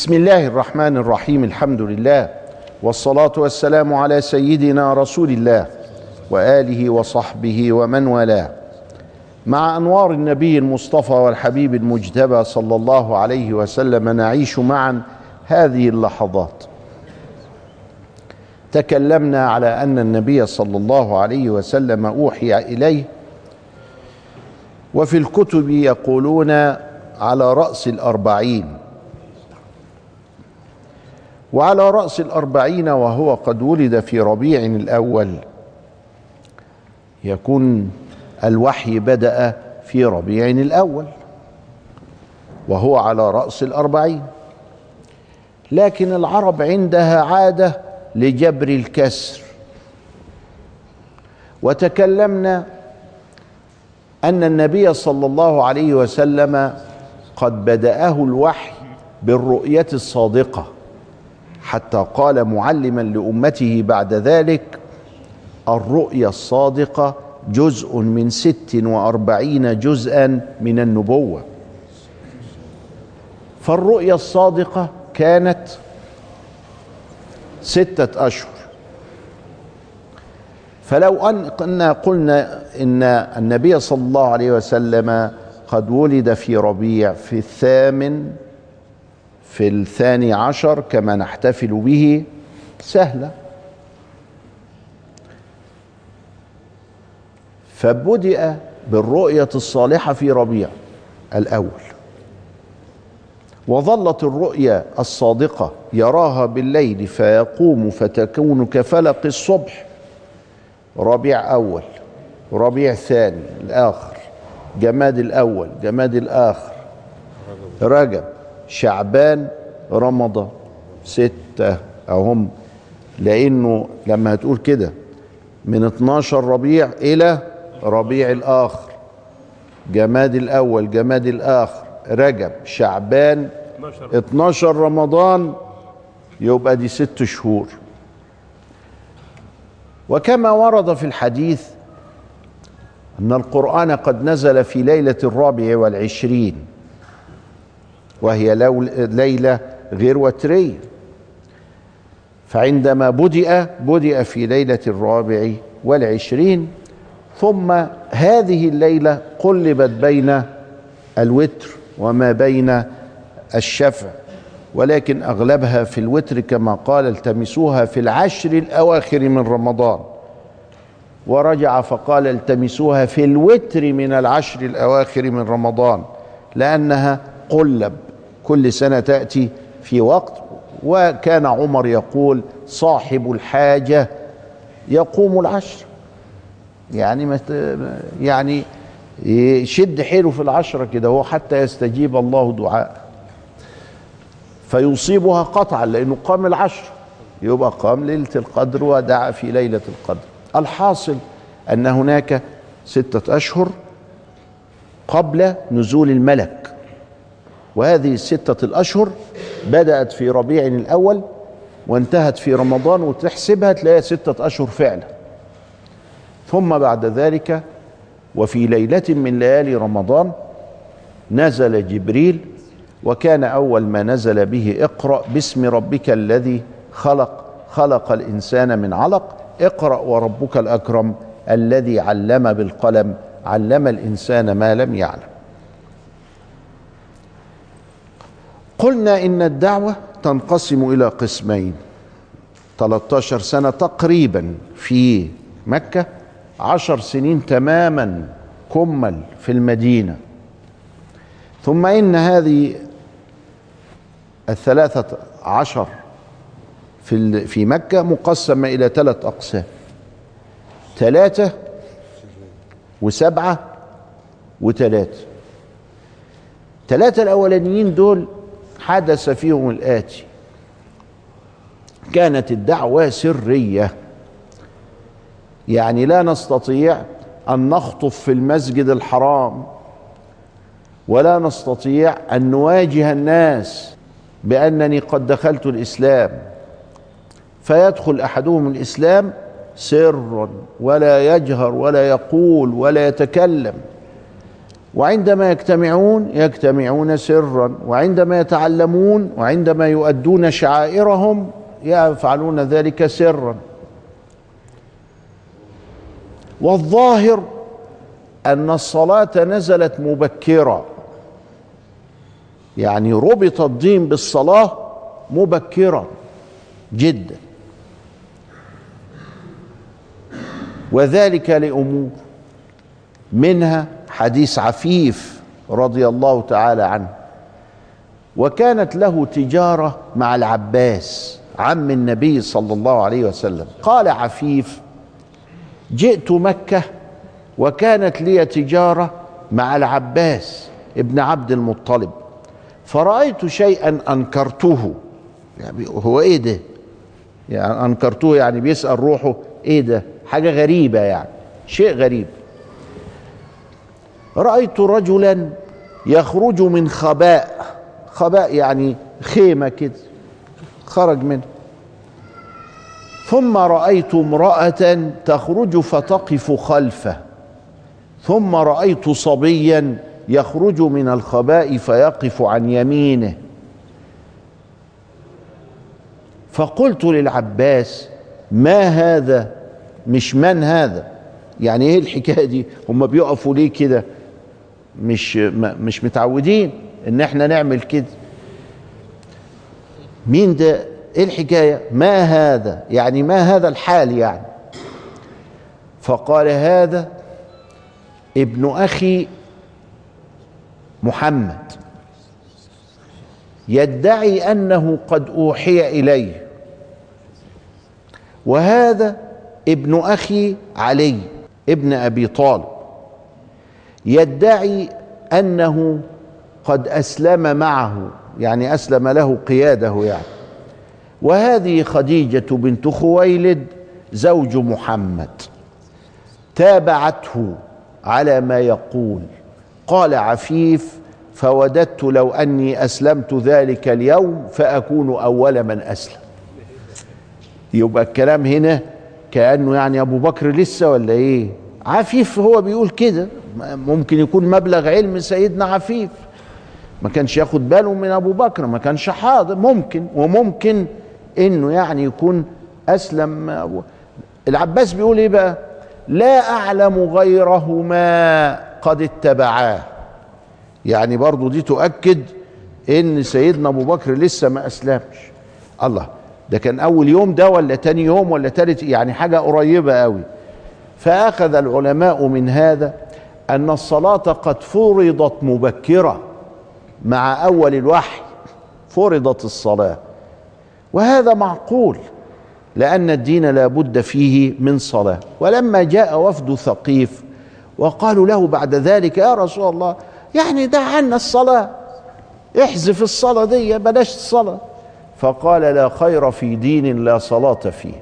بسم الله الرحمن الرحيم. الحمد لله والصلاة والسلام على سيدنا رسول الله وآله وصحبه ومن والاه، مع أنوار النبي المصطفى والحبيب المجتبى صلى الله عليه وسلم نعيش معا هذه اللحظات. تكلمنا على أن النبي صلى الله عليه وسلم أوحي إليه، وفي الكتب يقولون على رأس الأربعين، وعلى رأس الأربعين وهو قد ولد في ربيع الأول يكون الوحي بدأ في ربيع الأول وهو على رأس الأربعين. لكن العرب عندها عادة لجبر الكسر، وتكلمنا أن النبي صلى الله عليه وسلم قد بدأه الوحي بالرؤية الصادقة، حتى قال معلما لأمته بعد ذلك: الرؤيا الصادقة جزء من 46 جزءا من النبوة. فالرؤيا الصادقة كانت 6 أشهر. فلو أننا قلنا إن النبي صلى الله عليه وسلم قد ولد في ربيع في الثامن في 12 كما نحتفل به، سهلة. فبدأ بالرؤية الصالحة في ربيع الأول، وظلت الرؤيا الصادقة يراها بالليل فيقوم فتكون كفلق الصبح، ربيع أول، ربيع ثاني الآخر، جماد الأول، جماد الآخر، رجب، شعبان، رمضان، 6 أهم. لأنه لما هتقول كده من 12 ربيع إلى ربيع الآخر، جماد الأول، جماد الآخر، رجب، شعبان، 12 رمضان، يبقى دي 6 شهور. وكما ورد في الحديث أن القرآن قد نزل في ليلة 24، وهي ليلة غير وترية. فعندما بدأ في ليلة 24، ثم هذه الليلة قلبت بين الوتر وما بين الشفع، ولكن أغلبها في الوتر كما قال: التمسوها في العشر الأواخر من رمضان. ورجع فقال: التمسوها في الوتر من العشر الأواخر من رمضان، لأنها قلب كل سنة تأتي في وقت. وكان عمر يقول: صاحب الحاجة يقوم العشر، يعني يشد حيله في العشرة كده هو حتى يستجيب الله دعاءه، فيصيبها قطعا لأنه قام العشر، يبقى قام ليلة القدر ودعا في ليلة القدر. الحاصل أن هناك 6 أشهر قبل نزول الملك، وهذه 6 الأشهر بدأت في ربيع الأول وانتهت في رمضان، وتحسبها تلاقيها 6 أشهر فعلا. ثم بعد ذلك وفي ليلة من ليالي رمضان نزل جبريل، وكان أول ما نزل به: اقرأ باسم ربك الذي خلق، خلق الإنسان من علق، اقرأ وربك الأكرم الذي علم بالقلم، علم الإنسان ما لم يعلم. قلنا إن الدعوة تنقسم إلى قسمين: 13 سنة تقريبا في مكة، 10 سنين تماما كمل في المدينة. ثم إن هذه 13 في مكة مقسمة إلى 3 أقسام: 3 و7 و3. 3 الأولانيين دول حدث فيهم الآتي: كانت الدعوة سرية، يعني لا نستطيع أن نخطب في المسجد الحرام، ولا نستطيع أن نواجه الناس بأنني قد دخلت الإسلام، فيدخل أحدهم الإسلام سرا ولا يجهر ولا يقول ولا يتكلم. وعندما يجتمعون يجتمعون سرا، وعندما يتعلمون وعندما يؤدون شعائرهم يفعلون ذلك سرا. والظاهر أن الصلاة نزلت مبكرا، يعني ربط الدين بالصلاة مبكرا جدا، وذلك لأمور، منها حديث عفيف رضي الله تعالى عنه، وكانت له تجارة مع العباس عم النبي صلى الله عليه وسلم. قال عفيف: جئت مكة وكانت لي تجارة مع العباس ابن عبد المطلب، فرأيت شيئا أنكرته. يعني هو ايه ده؟ يعني أنكرته يعني بيسأل روحه ايه ده؟ حاجة غريبة، يعني شيء غريب. رأيت رجلا يخرج من خباء، خباء يعني خيمة كده خرج منه، ثم رأيت امرأة تخرج فتقف خلفه، ثم رأيت صبيا يخرج من الخباء فيقف عن يمينه. فقلت للعباس: ما هذا؟ مش من هذا، يعني ايه الحكاية دي؟ هم بيقفوا ليه كده؟ مش متعودين ان احنا نعمل كده. مين ده؟ ايه الحكاية؟ ما هذا يعني ما هذا الحال يعني؟ فقال: هذا ابن أخي محمد، يدعي أنه قد أوحي إليه، وهذا ابن أخي علي ابن أبي طالب، يدعي أنه قد أسلم معه، يعني أسلم له قياده يعني، وهذه خديجة بنت خويلد زوج محمد تابعته على ما يقول. قال عفيف: فوددت لو أني أسلمت ذلك اليوم فأكون أول من أسلم. يبقى الكلام هنا كأنه يعني أبو بكر لسه ولا إيه؟ عفيف هو بيقول كده، ممكن يكون مبلغ علم سيدنا عفيف ما كانش ياخد باله من أبو بكر، ما كانش حاضر، ممكن، وممكن إنه يعني يكون أسلم. العباس بيقول إيه بقى؟ لا أعلم غيرهما قد اتبعاه، يعني برضو دي تؤكد إن سيدنا أبو بكر لسه ما أسلمش. الله، ده كان أول يوم ده ولا تاني يوم ولا تالت؟ يعني حاجة قريبة قوي. فأخذ العلماء من هذا أن الصلاة قد فرضت مبكرة مع أول الوحي، فرضت الصلاة، وهذا معقول لأن الدين لا بد فيه من صلاة. ولما جاء وفد ثقيف وقالوا له بعد ذلك: يا رسول الله، يعني دع عنا الصلاة، احذف الصلاة دي، بلاش الصلاة. فقال: لا خير في دين لا صلاة فيه.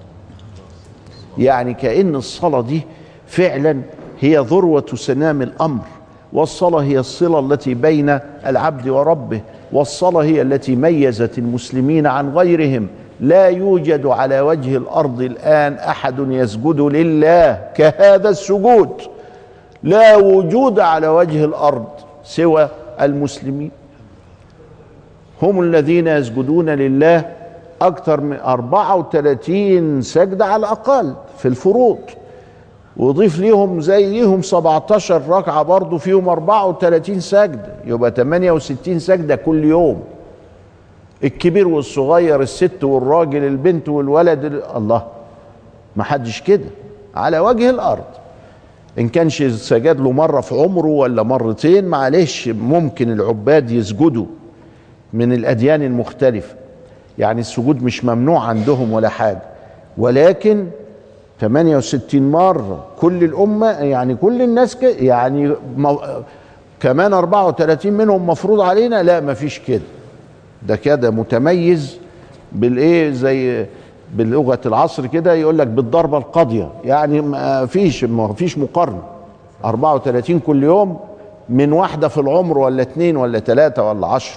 يعني كأن الصلاة دي فعلا هي ذروة سنام الأمر، والصلاة هي الصلة التي بين العبد وربه، والصلاة هي التي ميزت المسلمين عن غيرهم. لا يوجد على وجه الأرض الآن أحد يسجد لله كهذا السجود، لا وجود على وجه الأرض سوى المسلمين، هم الذين يسجدون لله أكثر من 34 سجدة على الأقل في الفروض، وضيف ليهم زيهم 17 ركعة برضو فيهم 34 سجدة، يبقى 68 سجدة كل يوم، الكبير والصغير، الست والراجل، البنت والولد. الله، ما حدش كده على وجه الأرض. إن كانش سجد له مرة في عمره ولا مرتين معلش، ممكن العباد يسجدوا من الأديان المختلفة، يعني السجود مش ممنوع عندهم ولا حاجة، ولكن 68 مرة كل الأمة، يعني كل الناس كده، يعني كمان 34 منهم مفروض علينا؟ لا، مفيش كده، ده كده متميز بالايه، زي بلغه العصر كده يقول لك بالضربه القاضيه، يعني ما فيش مقارنه. 34 كل يوم من واحده في العمر ولا 2 ولا 3 ولا 10.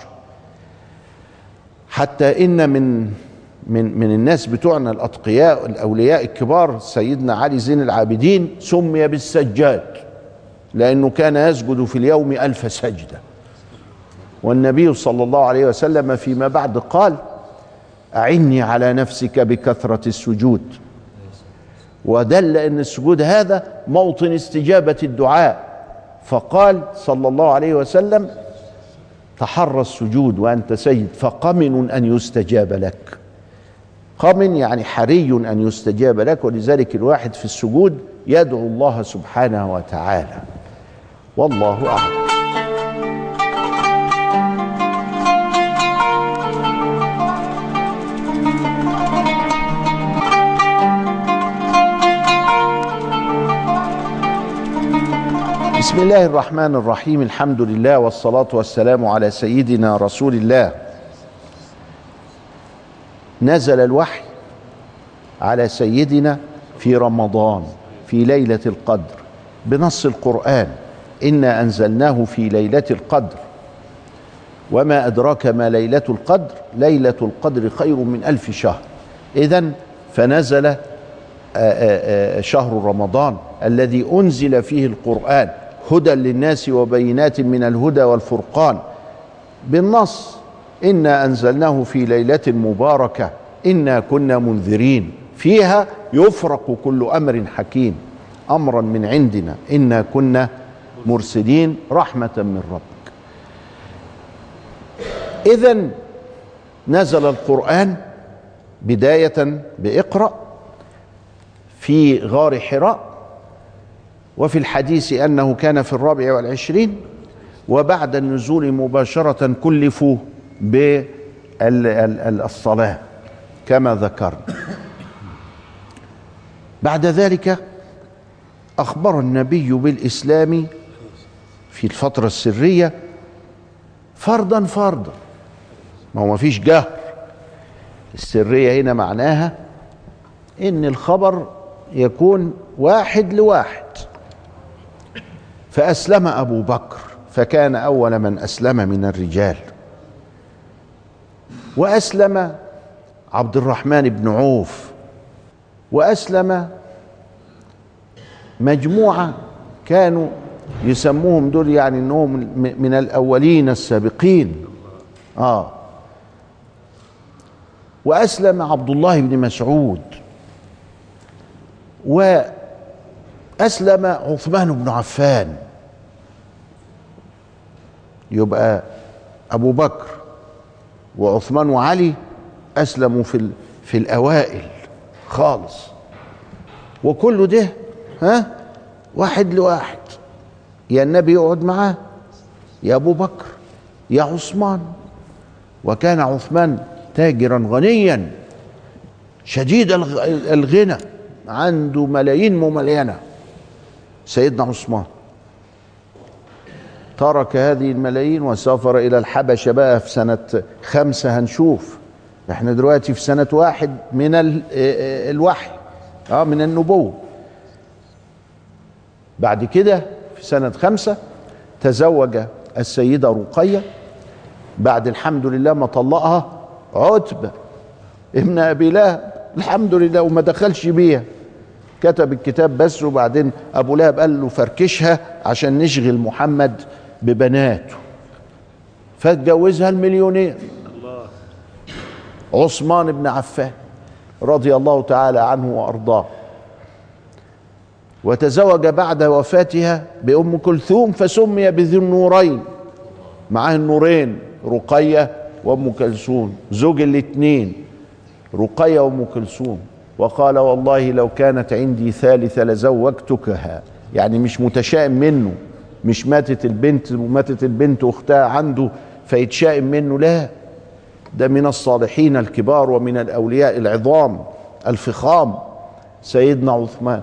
حتى ان من الناس بتوعنا الاتقياء الاولياء الكبار سيدنا علي زين العابدين سمي بالسجاد، لأنه كان يسجد في اليوم 1000 سجدة. والنبي صلى الله عليه وسلم فيما بعد قال: أعني على نفسك بكثرة السجود. ودل أن السجود هذا موطن استجابة الدعاء، فقال صلى الله عليه وسلم: تحرى السجود وأنت سيد فقمن أن يستجاب لك. قمن يعني حري أن يستجاب لك، ولذلك الواحد في السجود يدعو الله سبحانه وتعالى. والله أعلم. بسم الله الرحمن الرحيم. الحمد لله والصلاة والسلام على سيدنا رسول الله. نزل الوحي على سيدنا في رمضان في ليلة القدر بنص القرآن: إنا أنزلناه في ليلة القدر وما أدراك ما ليلة القدر ليلة القدر خير من 1000 شهر. إذن فنزل شهر رمضان الذي أنزل فيه القرآن هدى للناس وبينات من الهدى والفرقان بالنص: إنا أنزلناه في ليلة مباركة إنا كنا منذرين فيها يفرق كل أمر حكيم أمرا من عندنا إنا كنا مرسلين رحمة من ربك. إذن نزل القرآن بداية بإقرأ في غار حراء، وفي الحديث أنه كان في 24، وبعد النزول مباشرة كلفوا بالصلاة كما ذكرنا. بعد ذلك أخبر النبي بالإسلام في الفترة السرية فردا فردا، ما هو مفيش جهر. السرية هنا معناها إن الخبر يكون واحد لواحد. فأسلم أبو بكر فكان أول من أسلم من الرجال، وأسلم عبد الرحمن بن عوف، وأسلم مجموعة كانوا يسموهم دول يعني أنهم من الأولين السابقين. وأسلم عبد الله بن مسعود، وأسلم عثمان بن عفان. يبقى أبو بكر وعثمان وعلي أسلموا في الأوائل خالص، وكل ده واحد لواحد. يا النبي يقعد معاه، يا أبو بكر، يا عثمان. وكان عثمان تاجرا غنيا شديد الغنى، عنده ملايين مملينة. سيدنا عثمان ترك هذه الملايين وسافر إلى الحبشة بقى في سنة 5. هنشوف احنا دلوقتي في سنة 1 من الوحي من النبوة. بعد كده في سنة 5 تزوج السيدة رقية بعد الحمد لله ما طلقها عتبة ابن أبي لهب، الحمد لله، وما دخلش بيها، كتب الكتاب بس. وبعدين أبو لهب قال له فركشها عشان نشغل محمد ببناته، فاتجوزها المليونير عثمان بن عفان رضي الله تعالى عنه وأرضاه. وتزوج بعد وفاتها بأم كلثوم فسمي بذي النورين، معاه النورين رقية وأم كلثوم، زوج الاثنين رقية وأم كلثوم. وقال والله لو كانت عندي ثالثة لزوجتكها، يعني مش متشائم منه، مش ماتت البنت وماتت البنت واختها عنده فيتشائم منه، لا، ده من الصالحين الكبار ومن الأولياء العظام الفخام سيدنا عثمان.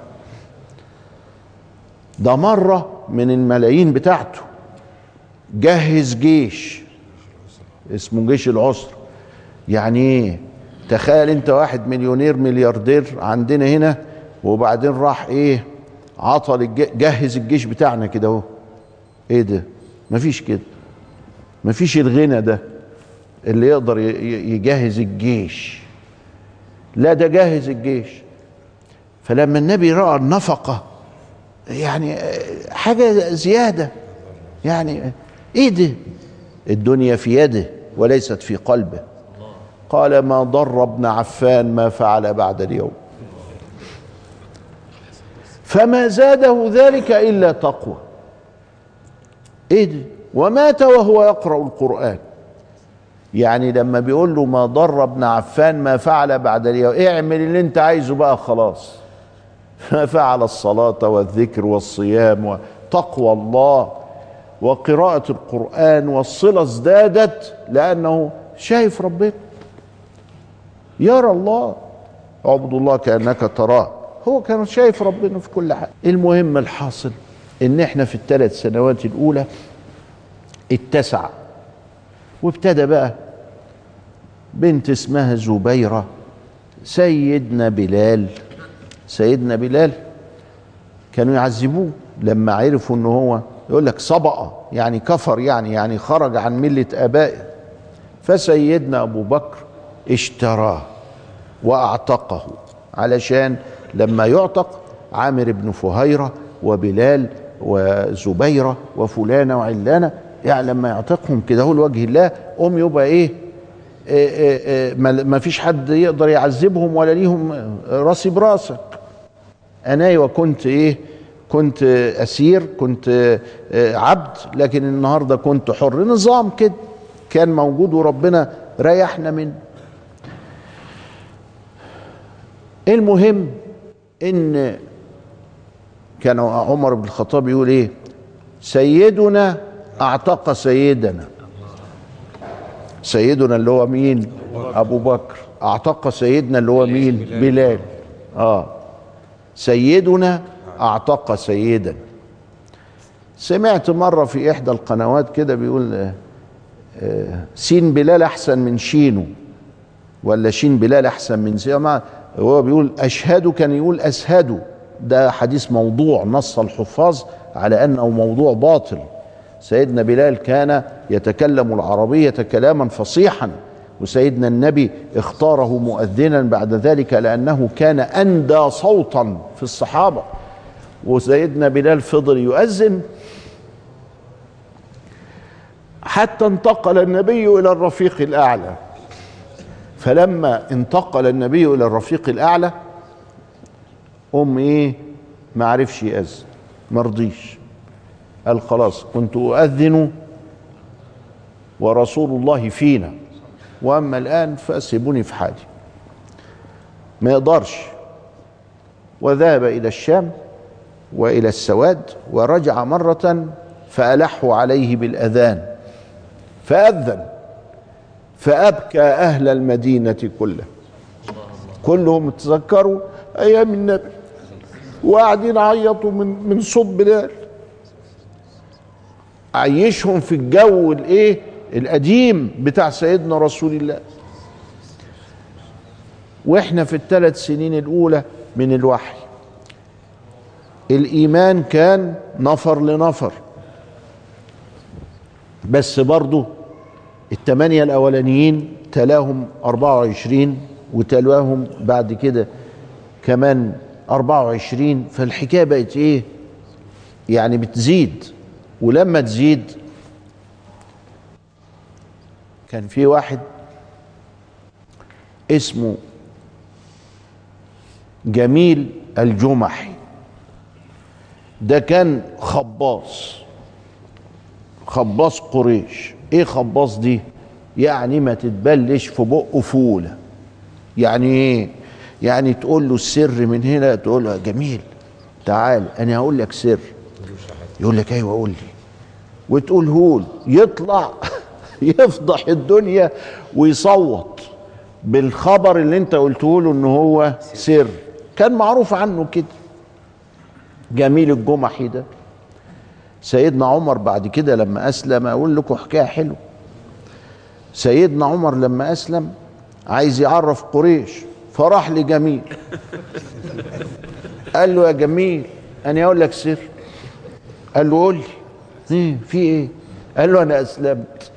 ده مرة من الملايين بتاعته جهز جيش اسمه جيش العسرة. يعني ايه؟ تخيل انت واحد مليونير ملياردير عندنا هنا، وبعدين راح ايه عطل جهز الجيش بتاعنا كده اهو. ايه ده؟ مفيش كده، مفيش الغنى ده اللي يقدر يجهز الجيش، لا ده جهز الجيش. فلما النبي رأى النفقة يعني حاجة زيادة، يعني ايه ده؟ الدنيا في يده وليست في قلبه. قال ما ضر ابن عفان ما فعل بعد اليوم، فما زاده ذلك إلا تقوى. ايه ده؟ ومات وهو يقرأ القرآن. يعني لما بيقول له ما ضر ابن عفان ما فعل بعد اليوم، اعمل اللي انت عايزه بقى خلاص. ما فعل الصلاة والذكر والصيام وتقوى الله وقراءة القرآن، والصلة ازدادت لأنه شايف ربنا، يرى الله. اعبد الله كأنك تراه. هو كان شايف ربنا في كل حاجة. المهم الحاصل ان احنا في ال3 سنوات الاولى اتسع، وابتدى بقى بنت اسمها زبيرة، سيدنا بلال كانوا يعذبوه لما عرفوا ان هو يقول لك سبق، يعني كفر، يعني خرج عن ملة ابائه. فسيدنا ابو بكر اشتراه واعتقه، علشان لما يعتق عامر بن فهيرة وبلال وزبيرة وفلانة وعلانة، يعني لما يعتقهم كده هو لوجه الله، يبقى ايه ما فيش حد يقدر يعذبهم ولا ليهم راسي براسك. انا وكنت كنت اسير، كنت عبد، لكن النهارده كنت حر. نظام كده كان موجود وربنا ريحنا منه. المهم ان كان عمر بن الخطاب يقول ايه؟ سيدنا اعتق سيدنا. سيدنا اللي هو مين؟ ابو بكر. اعتق سيدنا اللي هو مين؟ بلال. سيدنا اعتق سيدا. سمعت مرة في احدى القنوات كده بيقول سين بلال احسن من شينه، ولا شين بلال احسن من سين. هو بيقول اشهد، كان يقول اسهد. ده حديث موضوع، نص الحفاظ على انه موضوع باطل. سيدنا بلال كان يتكلم العربية كلاما فصيحا، وسيدنا النبي اختاره مؤذنا بعد ذلك لأنه كان أندى صوتا في الصحابة. وسيدنا بلال فضل يؤذن حتى انتقل النبي إلى الرفيق الأعلى. فلما انتقل النبي إلى الرفيق الأعلى ما عرفش يأذن، مرضيش، قال خلاص كنت أؤذن ورسول الله فينا، وأما الآن فأسيبوني في حالي. ما يقدرش. وذهب إلى الشام وإلى السواد، ورجع مرة فألحوا عليه بالأذان فأذن، فأبكى أهل المدينة كلهم تذكروا أيام النبي وقاعدين عيطوا من صوت بلال. عيشهم في الجو القديم بتاع سيدنا رسول الله. واحنا في ال3 سنين الاولى من الوحي الايمان كان نفر لنفر، بس برضو ال8 الاولانيين تلاهم 24 وتلاهم بعد كده كمان 24، فالحكايه بقت يعني بتزيد. ولما تزيد كان في واحد اسمه جميل الجمحي، ده كان خباص قريش. ايه خباص دي؟ يعني ما تتبلش في بقه فوله. يعني ايه؟ يعني تقول له السر من هنا، تقول له جميل تعال انا هقول لك سر، يقول لك ايوه قول لي، وتقوله له يطلع يفضح الدنيا ويصوت بالخبر اللي انت قلته له ان هو سر. كان معروف عنه كده جميل الجمحي ده. سيدنا عمر بعد كده لما اسلم، اقول لكم حكايه حلوه. سيدنا عمر لما اسلم عايز يعرف قريش، فراح لجميل قال له يا جميل انا اقول لك سر. قال له قول لي في ايه؟ قال له انا اسلمت.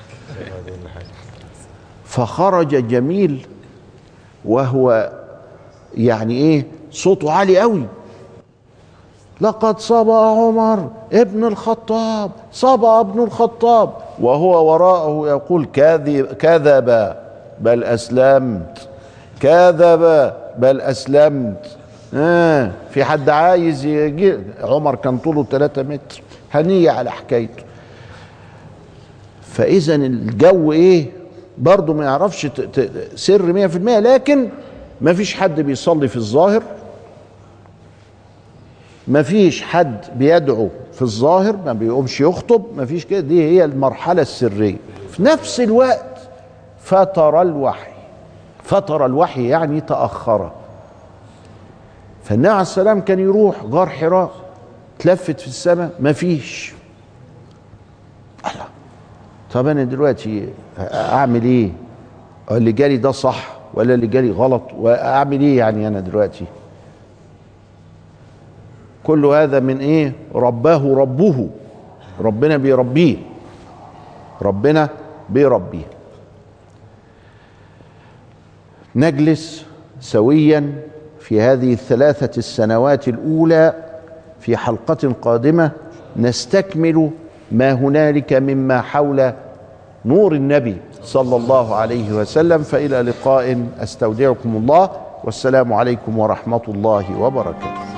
فخرج جميل وهو يعني صوته عالي قوي، لقد صبأ عمر ابن الخطاب، صبأ ابن الخطاب، وهو وراءه يقول كذب بل أسلمت، كذب بل أسلمت. في حد عايز يجي؟ عمر كان طوله 3 متر، هنية على حكايته. فإذا الجو إيه برضه ما يعرفش سر 100%، لكن ما فيش حد بيصلي في الظاهر، ما فيش حد بيدعو في الظاهر، ما بيقومش يخطب، ما فيش كده. دي هي المرحلة السرية. في نفس الوقت فتر الوحي، فتر الوحي يعني تأخر. فالنبي عليه السلام كان يروح غار حراء، تلفت في السماء ما فيش. الله، طب انا دلوقتي اعمل ايه؟ اللي جالي ده صح ولا اللي جالي غلط؟ واعمل ايه يعني انا دلوقتي؟ كل هذا من ايه؟ رباه ربه، ربنا بيربيه، ربنا بيربيه. نجلس سويا في هذه ال3 السنوات الأولى في حلقة قادمة نستكمل ما هنالك مما حول نور النبي صلى الله عليه وسلم. فإلى لقاء، أستودعكم الله، والسلام عليكم ورحمة الله وبركاته.